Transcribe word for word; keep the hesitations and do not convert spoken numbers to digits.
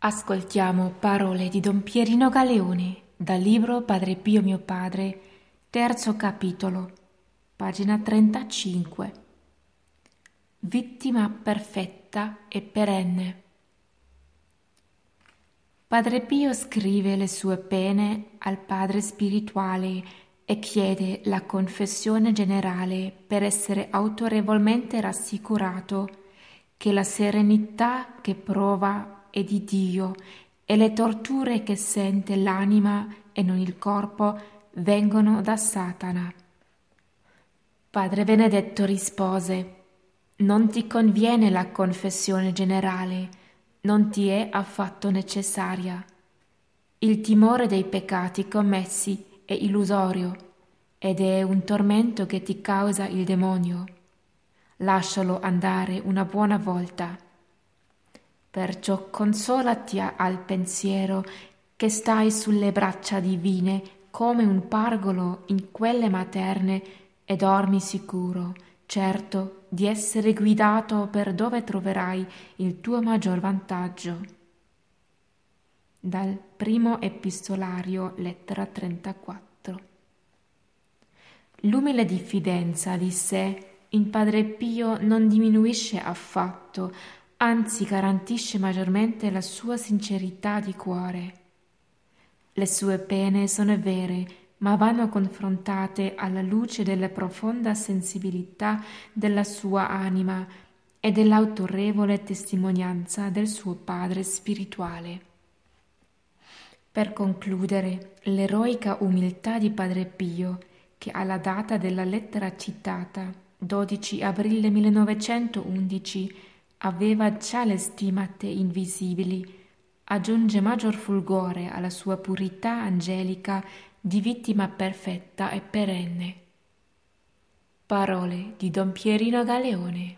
Ascoltiamo parole di Don Pierino Galeone dal libro Padre Pio mio padre, terzo capitolo, pagina trentacinque. Vittima perfetta e perenne. Padre Pio scrive le sue pene al padre spirituale e chiede la confessione generale per essere autorevolmente rassicurato che la serenità che prova è di Dio e le torture che sente l'anima e non il corpo vengono da Satana. Padre Benedetto rispose: non ti conviene la confessione generale, non ti è affatto necessaria. Il timore dei peccati commessi è illusorio ed è un tormento che ti causa il demonio. Lascialo andare una buona volta. Perciò consolati al pensiero che stai sulle braccia divine come un pargolo in quelle materne e dormi sicuro, certo di essere guidato per dove troverai il tuo maggior vantaggio. Dal primo epistolario, lettera trentaquattro. L'umile diffidenza di sé in Padre Pio non diminuisce affatto, anzi garantisce maggiormente la sua sincerità di cuore. Le sue pene sono vere, ma vanno confrontate alla luce della profonda sensibilità della sua anima e dell'autorevole testimonianza del suo padre spirituale. Per concludere, l'eroica umiltà di Padre Pio, che alla data della lettera citata, dodici aprile millenovecentoundici, aveva già le stimate invisibili, aggiunge maggior fulgore alla sua purità angelica di vittima perfetta e perenne. Parole di Don Pierino Galeone.